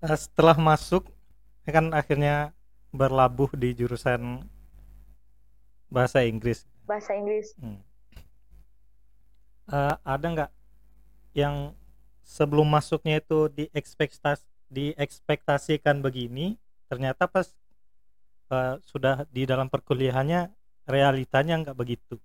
Setelah masuk kan akhirnya berlabuh di jurusan bahasa Inggris. bahasa Inggris. Hmm. Ada nggak yang sebelum masuknya itu diekspektasikan begini, ternyata pas sudah di dalam perkuliahannya realitanya nggak begitu.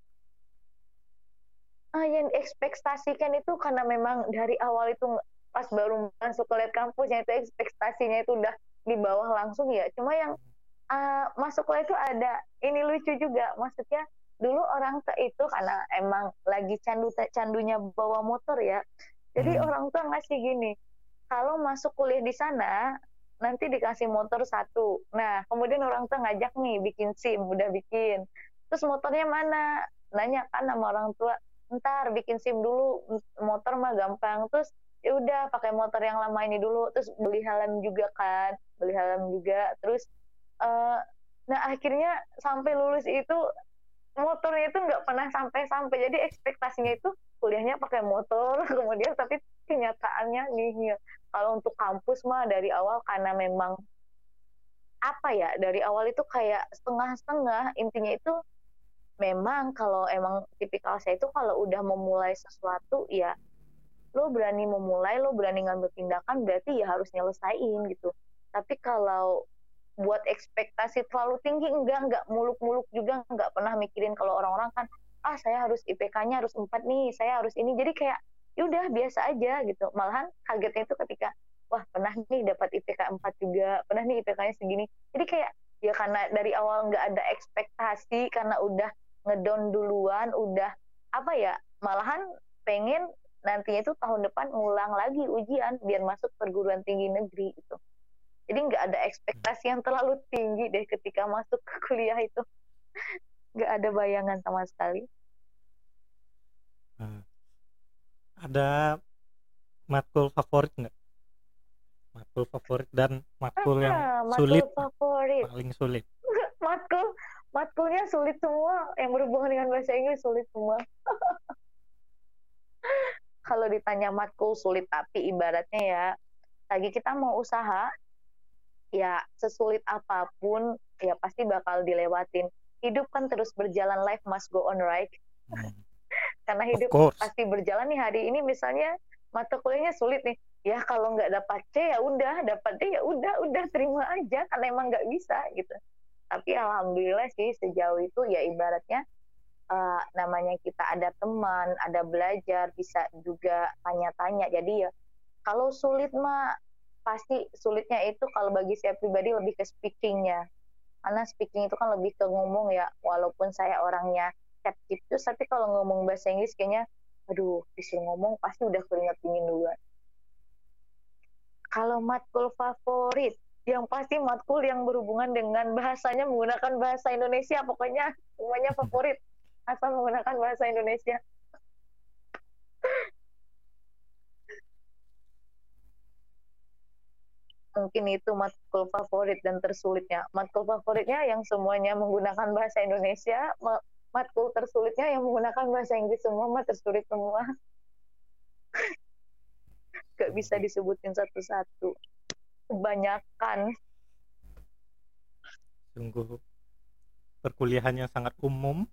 Yang diekspektasikan itu karena memang dari awal itu pas baru masuk ke lihat kampusnya itu ekspektasinya itu udah di bawah langsung ya. Cuma yang masuk kuliah itu ada ini lucu juga. Maksudnya dulu orang tua itu karena emang lagi candunya bawa motor ya. Jadi Hmm. orang tua ngasih gini, kalau masuk kuliah di sana nanti dikasih motor satu. Nah, kemudian orang tua ngajak nih bikin SIM, udah bikin. Terus motornya mana? Nanya kan sama orang tua, ntar bikin SIM dulu, motor mah gampang. Terus ya udah pakai motor yang lama ini dulu, terus beli helm juga kan, beli helm juga. Terus nah akhirnya sampai lulus itu motornya itu nggak pernah sampai-sampai. Jadi ekspektasinya itu kuliahnya pakai motor, kemudian tapi kenyataannya nihil. Kalau untuk kampus mah dari awal karena memang apa ya, dari awal itu kayak setengah-setengah. Intinya itu memang kalau emang tipikal saya itu kalau udah memulai sesuatu ya lo berani memulai, lo berani ngambil tindakan, berarti ya harus nyelesain gitu. Tapi kalau buat ekspektasi terlalu tinggi, enggak muluk-muluk juga, enggak pernah mikirin kalau orang-orang kan, saya harus IPK-nya harus 4 nih, saya harus ini. Jadi kayak, yaudah biasa aja gitu. Malahan kagetnya itu ketika, wah pernah nih dapat IPK 4 juga, pernah nih IPK-nya segini. Jadi kayak, ya karena dari awal nggak ada ekspektasi, karena udah ngedown duluan, udah apa ya, malahan pengen nantinya itu tahun depan ngulang lagi ujian biar masuk perguruan tinggi negeri itu. Jadi nggak ada ekspektasi yang terlalu tinggi deh ketika masuk ke kuliah itu. Nggak ada bayangan sama sekali. Nah, ada matkul favorit nggak? Matkul favorit dan matkul yang Matkul sulit, favorit. paling sulit. matkul matkulnya sulit semua, yang berhubungan dengan bahasa Inggris sulit semua. Kalau ditanya matkul sulit, tapi ibaratnya ya lagi kita mau usaha, ya sesulit apapun ya pasti bakal dilewatin. Hidup kan terus berjalan, life must go on, right? Hmm. Karena Of hidup course. pasti berjalan nih. Hari ini misalnya mata kuliahnya sulit nih, ya kalau nggak dapat C ya udah, dapat D ya udah terima aja karena emang nggak bisa gitu. Tapi alhamdulillah sih sejauh itu ya ibaratnya namanya kita ada teman, ada belajar, bisa juga tanya-tanya. Jadi ya kalau sulit mah pasti sulitnya itu kalau bagi saya pribadi lebih ke speakingnya, karena speaking itu kan lebih ke ngomong ya, walaupun saya orangnya skeptis, tapi kalau ngomong bahasa Inggris kayaknya aduh disuruh ngomong pasti udah keringat dingin duluan. Kalau matkul favorit yang pasti matkul yang berhubungan dengan bahasanya, menggunakan bahasa Indonesia, pokoknya semuanya favorit asal menggunakan bahasa Indonesia. Mungkin itu matkul favorit dan tersulitnya. Matkul favoritnya yang semuanya menggunakan bahasa Indonesia, matkul tersulitnya yang menggunakan bahasa Inggris, semua mah tersulit semua. Gak bisa disebutin satu-satu. Kebanyakan. Sungguh perkuliahannya sangat umum.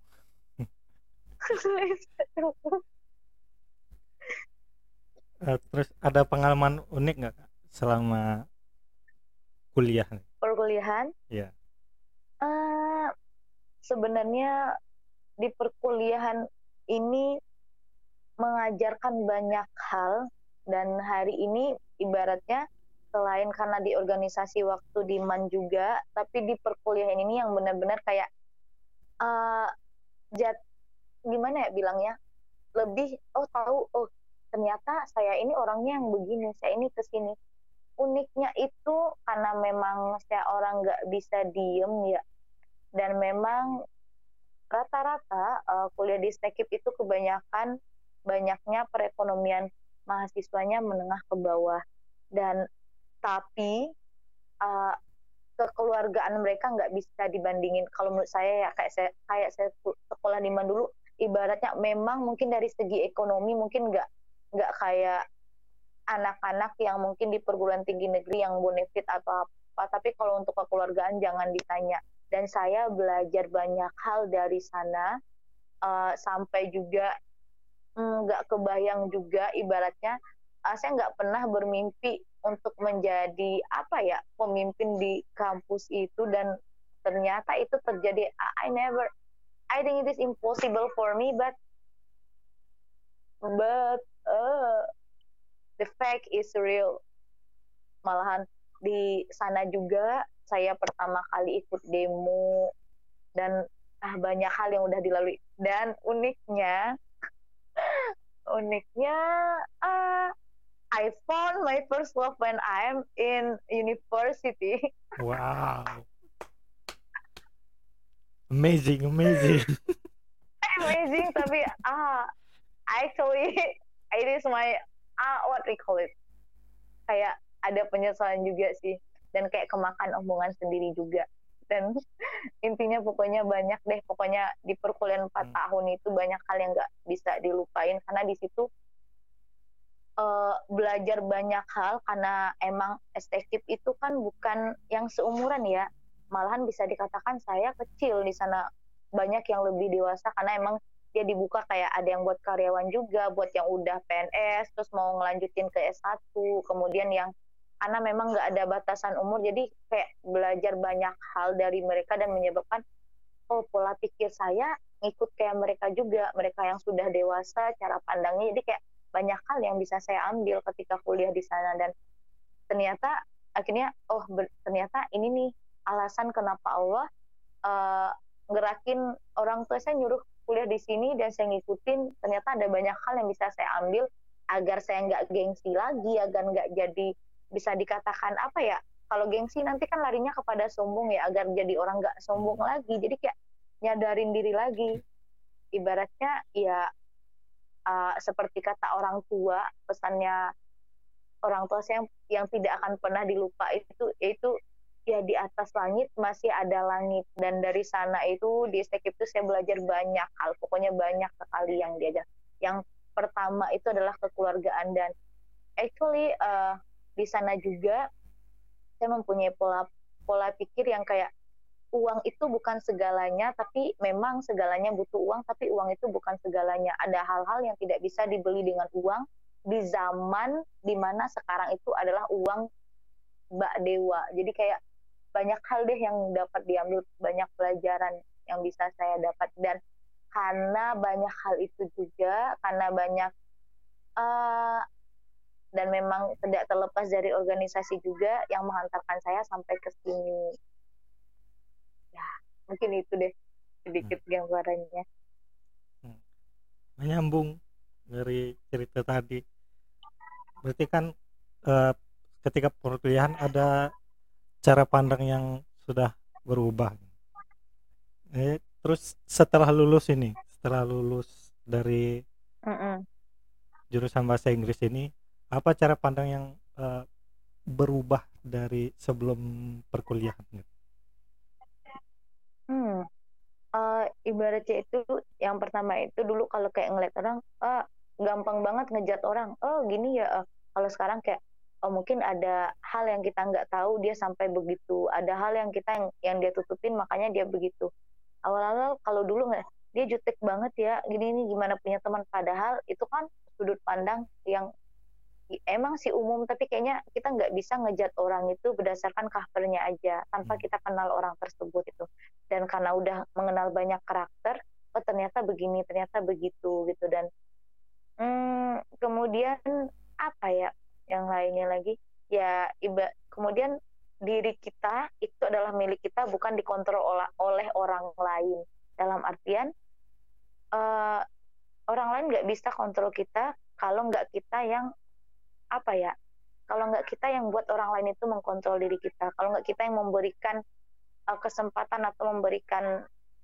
Terus ada pengalaman unik nggak Kak, selama kuliah nih? Perkuliahan, Ya. uh, sebenarnya di perkuliahan ini mengajarkan banyak hal, dan hari ini ibaratnya selain karena di organisasi waktu di MAN juga, tapi di perkuliahan ini yang benar-benar kayak uh, jat gimana ya bilangnya, lebih tahu ternyata saya ini orangnya yang begini, saya ini kesini. Uniknya itu karena memang saya orang nggak bisa diem ya, dan memang rata-rata kuliah di STEKIP itu kebanyakan banyaknya perekonomian mahasiswanya menengah ke bawah, dan tapi uh, kekeluargaan mereka nggak bisa dibandingin. Kalau menurut saya ya kayak saya sekolah di mana dulu, ibaratnya memang mungkin dari segi ekonomi mungkin nggak kayak anak-anak yang mungkin di perguruan tinggi negeri yang bonefit atau apa, tapi kalau untuk kekeluargaan jangan ditanya. Dan saya belajar banyak hal dari sana, sampai juga nggak kebayang juga ibaratnya, saya nggak pernah bermimpi untuk menjadi apa ya, pemimpin di kampus itu, dan ternyata itu terjadi. I think it is impossible for me, but the fact is real. Malahan di sana juga saya pertama kali ikut demo, dan banyak hal yang udah dilalui. Dan uniknya I found my first love when I'm in university. Wow, amazing, amazing. Amazing, tapi actually it is my what we call it, kayak ada penyesalan juga sih, dan kayak kemakan omongan sendiri juga. Dan intinya pokoknya banyak deh, pokoknya di perkuliahan 4 tahun itu banyak hal yang nggak bisa dilupain, karena di situ belajar banyak hal, karena emang STKIP itu kan bukan yang seumuran ya, malahan bisa dikatakan saya kecil di sana, banyak yang lebih dewasa, karena emang dia dibuka kayak ada yang buat karyawan juga, buat yang udah PNS terus mau ngelanjutin ke S1, kemudian yang karena memang nggak ada batasan umur, jadi kayak belajar banyak hal dari mereka dan menyebabkan pola pikir saya ngikut kayak mereka juga, mereka yang sudah dewasa cara pandangnya, jadi kayak banyak hal yang bisa saya ambil ketika kuliah di sana. Dan ternyata akhirnya ternyata ini nih alasan kenapa Allah ngerakin orang tua saya nyuruh kuliah di sini, dan saya ngikutin. Ternyata ada banyak hal yang bisa saya ambil agar saya nggak gengsi lagi, agar nggak jadi, bisa dikatakan apa ya, kalau gengsi nanti kan larinya kepada sombong ya, agar jadi orang nggak sombong lagi, jadi kayak nyadarin diri lagi, ibaratnya ya seperti kata orang tua, pesannya orang tua saya yang tidak akan pernah dilupa itu ya, di atas langit masih ada langit. Dan dari sana itu di STKIP itu saya belajar banyak hal, pokoknya banyak sekali yang diajar. Yang pertama itu adalah kekeluargaan, dan actually di sana juga saya mempunyai pola pikir yang kayak uang itu bukan segalanya, tapi memang segalanya butuh uang, tapi uang itu bukan segalanya. Ada hal-hal yang tidak bisa dibeli dengan uang di zaman dimana sekarang itu adalah uang bak dewa. Jadi kayak banyak hal deh yang dapat diambil, banyak pelajaran yang bisa saya dapat. Dan karena banyak hal itu juga, karena banyak dan memang tidak terlepas dari organisasi juga yang menghantarkan saya sampai ke sini. Ya, mungkin itu deh sedikit gambarannya. Menyambung dari cerita tadi, berarti kan ketika perkuliahan ada cara pandang yang sudah berubah. Terus setelah lulus dari jurusan bahasa Inggris ini, apa cara pandang yang berubah dari sebelum perkuliahan? Ibaratnya itu yang pertama itu dulu kalau kayak ngeliat orang, gampang banget ngejat orang, gini ya. Kalau sekarang kayak mungkin ada hal yang kita nggak tahu dia sampai begitu, ada hal yang kita yang dia tutupin makanya dia begitu. Awal-awal kalau dulu nggak, dia jutek banget ya, gini gimana punya teman, padahal itu kan sudut pandang yang emang sih umum, tapi kayaknya kita nggak bisa ngejat orang itu berdasarkan covernya aja tanpa kita kenal orang tersebut itu. Dan karena udah mengenal banyak karakter, ternyata begini, ternyata begitu gitu. Dan kemudian apa ya yang lainnya lagi ya, kemudian diri kita itu adalah milik kita, bukan dikontrol oleh orang lain. Dalam artian orang lain nggak bisa kontrol kita kalau nggak kita yang kalau nggak kita yang buat orang lain itu mengkontrol diri kita, kalau nggak kita yang memberikan kesempatan atau memberikan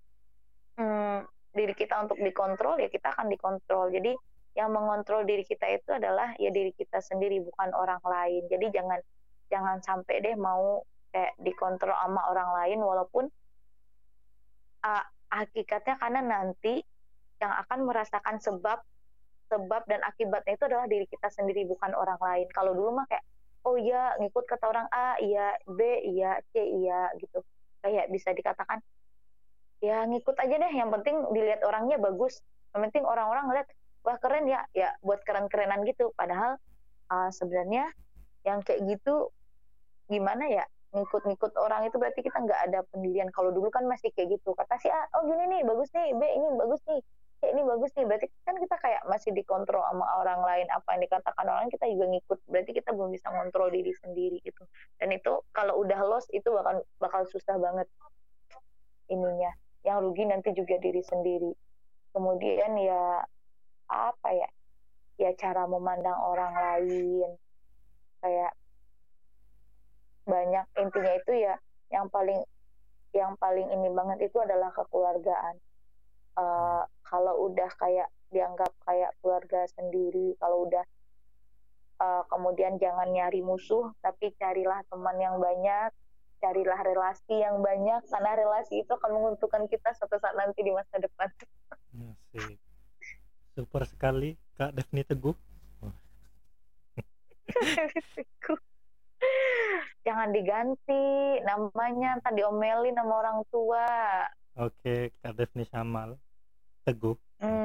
diri kita untuk dikontrol, ya kita akan dikontrol. Jadi yang mengontrol diri kita itu adalah ya diri kita sendiri, bukan orang lain. Jadi jangan sampai deh mau kayak dikontrol sama orang lain, walaupun hakikatnya karena nanti yang akan merasakan sebab sebab dan akibatnya itu adalah diri kita sendiri, bukan orang lain. Kalau dulu mah kayak, oh iya ngikut kata orang A, iya, B, iya, C, iya gitu. Kayak bisa dikatakan, ya ngikut aja deh, yang penting dilihat orangnya bagus. Yang penting orang-orang ngeliat, wah keren ya, ya buat keren-kerenan gitu. Padahal sebenarnya yang kayak gitu gimana ya, ngikut-ngikut orang itu berarti kita nggak ada pendirian. Kalau dulu kan masih kayak gitu, kata si A, oh gini nih bagus nih, B ini bagus nih, C ini bagus nih, berarti kan kita kayak masih dikontrol sama orang lain, apa yang dikatakan orang kita juga ngikut, berarti kita belum bisa ngontrol diri sendiri gitu. Dan itu kalau udah lost itu bakal susah banget ininya, yang rugi nanti juga diri sendiri. Kemudian ya apa ya, ya cara memandang orang lain, kayak banyak, intinya itu ya yang paling ini banget itu adalah kekeluargaan. Kalau udah kayak dianggap kayak keluarga sendiri, kalau udah kemudian jangan nyari musuh, tapi carilah teman yang banyak, carilah relasi yang banyak, karena relasi itu akan menguntungkan kita suatu saat nanti di masa depan. Asik. Super sekali Kak Devni Teguh. Jangan diganti namanya, ntar diomelin sama orang tua. Oke, Kak Devni Syamal Teguh.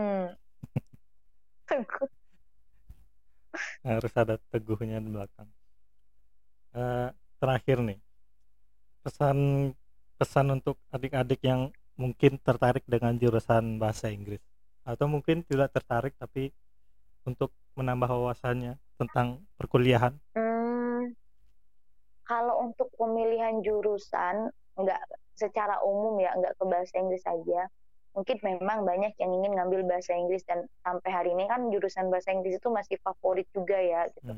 Teguh. Harus ada teguhnya di belakang. Terakhir nih, pesan untuk adik-adik yang mungkin tertarik dengan jurusan bahasa Inggris, atau mungkin tidak tertarik tapi untuk menambah wawasannya tentang perkuliahan. Kalau untuk pemilihan jurusan, nggak secara umum ya, nggak ke bahasa Inggris saja. Mungkin memang banyak yang ingin ngambil bahasa Inggris, dan sampai hari ini kan jurusan bahasa Inggris itu masih favorit juga ya gitu.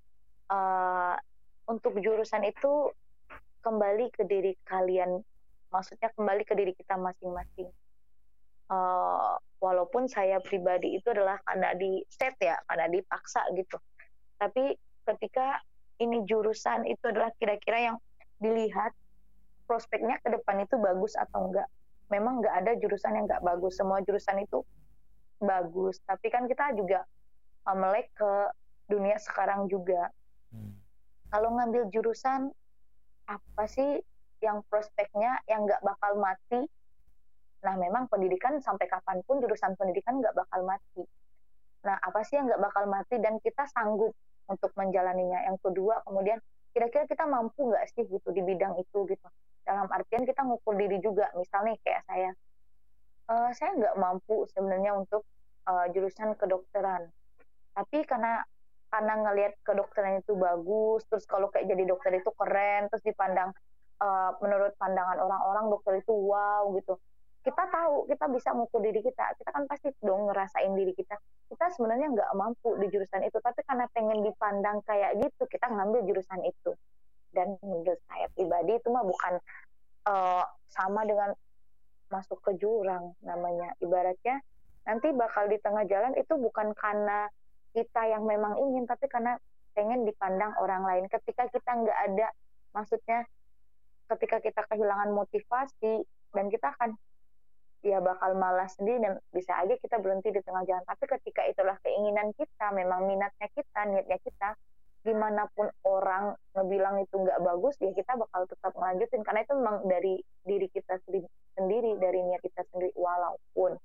Untuk jurusan itu kembali ke diri kalian, maksudnya kembali ke diri kita masing-masing. Walaupun saya pribadi itu adalah karena di set ya, karena dipaksa gitu. Tapi ketika ini jurusan itu adalah kira-kira yang dilihat prospeknya ke depan itu bagus atau enggak. Memang enggak ada jurusan yang enggak bagus, semua jurusan itu bagus. Tapi kan kita juga melek ke dunia sekarang juga. Kalau ngambil jurusan apa sih yang prospeknya yang enggak bakal mati? Nah memang pendidikan sampai kapanpun jurusan pendidikan enggak bakal mati. Nah apa sih yang enggak bakal mati dan kita sanggup untuk menjalaninya. Yang kedua, kemudian kira-kira kita mampu nggak sih gitu di bidang itu gitu. Dalam artian kita ngukur diri juga. Misalnya kayak saya nggak mampu sebenarnya untuk jurusan kedokteran. Tapi karena ngelihat kedokteran itu bagus, terus kalau kayak jadi dokter itu keren, terus dipandang menurut pandangan orang-orang dokter itu wow gitu. Kita tahu, kita bisa mengukur diri kita kan pasti dong ngerasain diri kita sebenarnya nggak mampu di jurusan itu, tapi karena pengen dipandang kayak gitu, kita ngambil jurusan itu. Dan menurut saya pribadi itu mah bukan sama dengan masuk ke jurang namanya. Ibaratnya nanti bakal di tengah jalan itu bukan karena kita yang memang ingin, tapi karena pengen dipandang orang lain. Ketika kita nggak ada, maksudnya ketika kita kehilangan motivasi, dan kita akan ya bakal malas sendiri, dan bisa aja kita berhenti di tengah jalan. Tapi ketika itulah keinginan kita, memang minatnya kita, niatnya kita, dimanapun orang ngebilang itu nggak bagus, ya kita bakal tetap melanjutin, karena itu memang dari diri kita sendiri, dari niat kita sendiri. Walaupun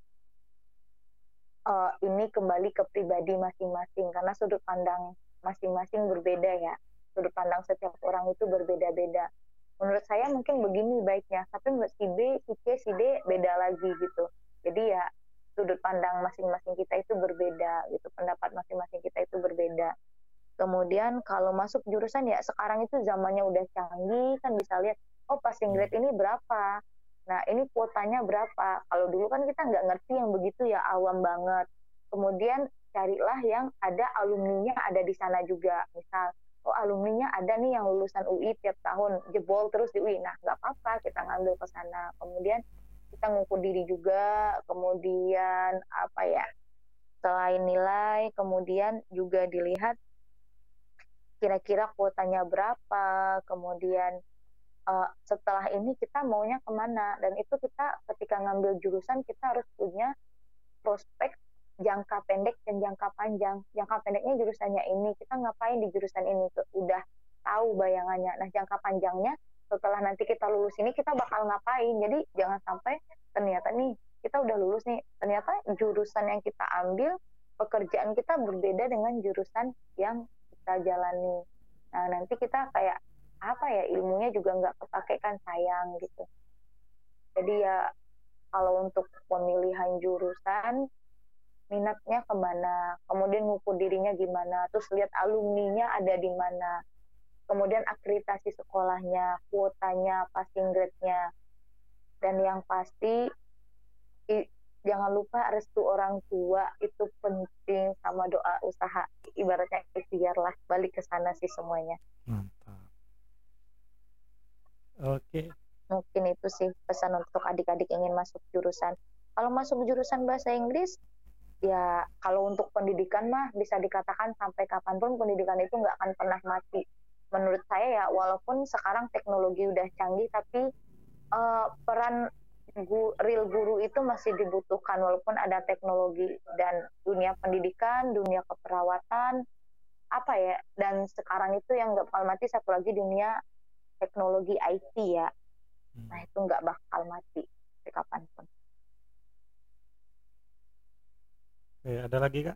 ini kembali ke pribadi masing-masing, karena sudut pandang masing-masing berbeda ya, sudut pandang setiap orang itu berbeda-beda. Menurut saya mungkin begini baiknya, tapi menurut si B, si C, si D beda lagi gitu. Jadi ya sudut pandang masing-masing kita itu berbeda gitu, pendapat masing-masing kita itu berbeda. Kemudian kalau masuk jurusan ya sekarang itu zamannya udah canggih, kan bisa lihat, oh passing grade ini berapa, nah ini kuotanya berapa. Kalau dulu kan kita nggak ngerti yang begitu ya, awam banget. Kemudian carilah yang ada alumninya ada di sana juga, misal oh alumninya ada nih yang lulusan UI tiap tahun jebol terus di UI, nah nggak apa-apa kita ngambil ke sana. Kemudian kita ngukur diri juga, kemudian apa ya, selain nilai kemudian juga dilihat kira-kira kuotanya berapa, kemudian setelah ini kita maunya kemana. Dan itu kita ketika ngambil jurusan kita harus punya prospek jangka pendek dan jangka panjang. Jangka pendeknya jurusannya ini, kita ngapain di jurusan ini, udah tahu bayangannya. Nah, jangka panjangnya setelah nanti kita lulus ini kita bakal ngapain. Jadi jangan sampai ternyata nih kita udah lulus nih, ternyata jurusan yang kita ambil, pekerjaan kita berbeda dengan jurusan yang kita jalani. Nah, nanti kita kayak apa ya, ilmunya juga nggak kepake kan, sayang gitu. Jadi ya kalau untuk pemilihan jurusan, minatnya kemana, kemudian ngukur dirinya gimana, terus lihat alumninya ada di mana, kemudian akreditasi sekolahnya, kuotanya, passing grade-nya, dan yang pasti jangan lupa restu orang tua itu penting, sama doa usaha, ibaratnya ikhtiar lah, balik ke sana sih semuanya. Mantap. Oke. Mungkin itu sih pesan untuk adik-adik ingin masuk jurusan. Kalau masuk jurusan bahasa Inggris, ya kalau untuk pendidikan mah bisa dikatakan sampai kapanpun pendidikan itu nggak akan pernah mati. Menurut saya ya, walaupun sekarang teknologi udah canggih, tapi peran real guru itu masih dibutuhkan walaupun ada teknologi. Dan dunia pendidikan, dunia keperawatan, apa ya, dan sekarang itu yang nggak bakal mati satu lagi dunia teknologi IT ya. Nah, itu nggak bakal mati kapanpun. Oke, ada lagi Kak?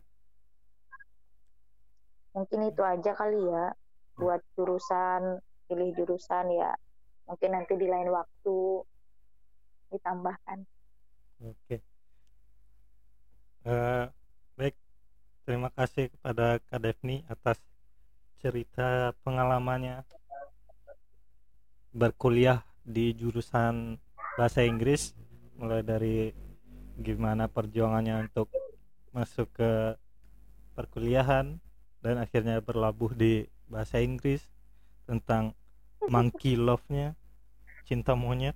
Mungkin itu aja kali ya buat jurusan, pilih jurusan ya. Mungkin nanti di lain waktu ditambahkan. Oke. Baik, terima kasih kepada Kak Devni atas cerita pengalamannya berkuliah di jurusan bahasa Inggris, mulai dari gimana perjuangannya untuk masuk ke perkuliahan dan akhirnya berlabuh di bahasa Inggris, tentang monkey love-nya, cinta monyet,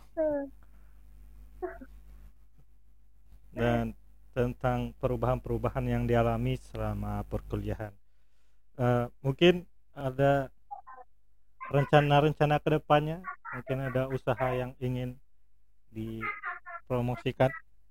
dan tentang perubahan-perubahan yang dialami selama perkuliahan. Mungkin ada rencana-rencana ke depannya, mungkin ada usaha yang ingin dipromosikan.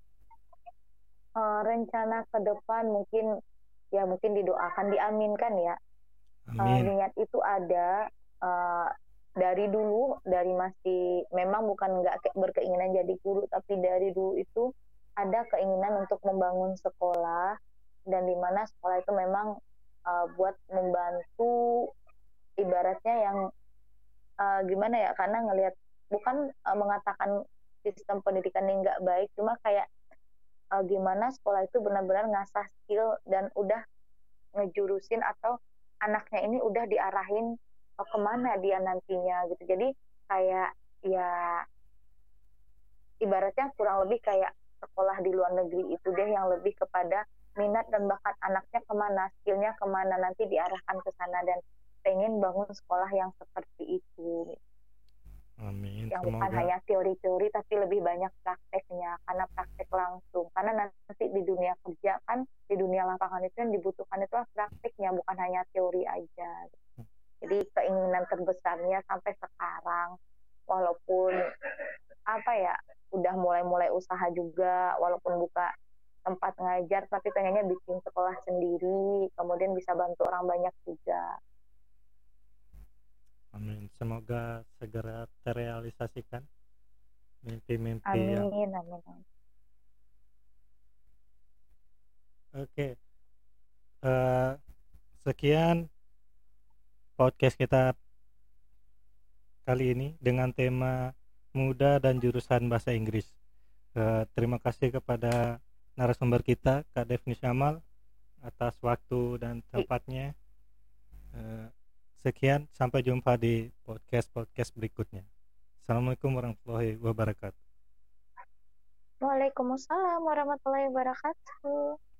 Rencana ke depan mungkin didoakan, diaminkan ya. Niat itu ada dari dulu, dari masih, memang bukan nggak berkeinginan jadi guru, tapi dari dulu itu ada keinginan untuk membangun sekolah, dan di mana sekolah itu memang buat membantu, ibaratnya yang gimana ya, karena ngelihat, bukan mengatakan sistem pendidikan yang nggak baik, cuma kayak gimana sekolah itu benar-benar ngasah skill dan udah ngejurusin atau anaknya ini udah diarahin kemana dia nantinya gitu. Jadi kayak ya ibaratnya kurang lebih kayak sekolah di luar negeri itu deh, yang lebih kepada minat dan bakat anaknya kemana, skillnya kemana, nanti diarahkan ke sana, dan pengen bangun sekolah yang seperti itu. Amin. Yang Semoga bukan hanya teori-teori tapi lebih banyak prakteknya, karena praktek langsung, karena nanti di dunia kerja kan, di dunia lapangan itu yang dibutuhkan itu prakteknya, bukan hanya teori aja. Jadi keinginan terbesarnya sampai sekarang, walaupun apa ya, udah mulai usaha juga, walaupun buka tempat ngajar, tapi pengennya bikin sekolah sendiri, kemudian bisa bantu orang banyak juga. Amin. Semoga segera terrealisasikan mimpi-mimpi. Amin, yang... amin. Oke. Sekian podcast kita kali ini dengan tema muda dan jurusan bahasa Inggris. Terima kasih kepada narasumber kita, Kak Devni Syamal, atas waktu dan tempatnya. Sekian, sampai jumpa di podcast berikutnya. Assalamualaikum warahmatullahi wabarakatuh. Waalaikumsalam warahmatullahi wabarakatuh.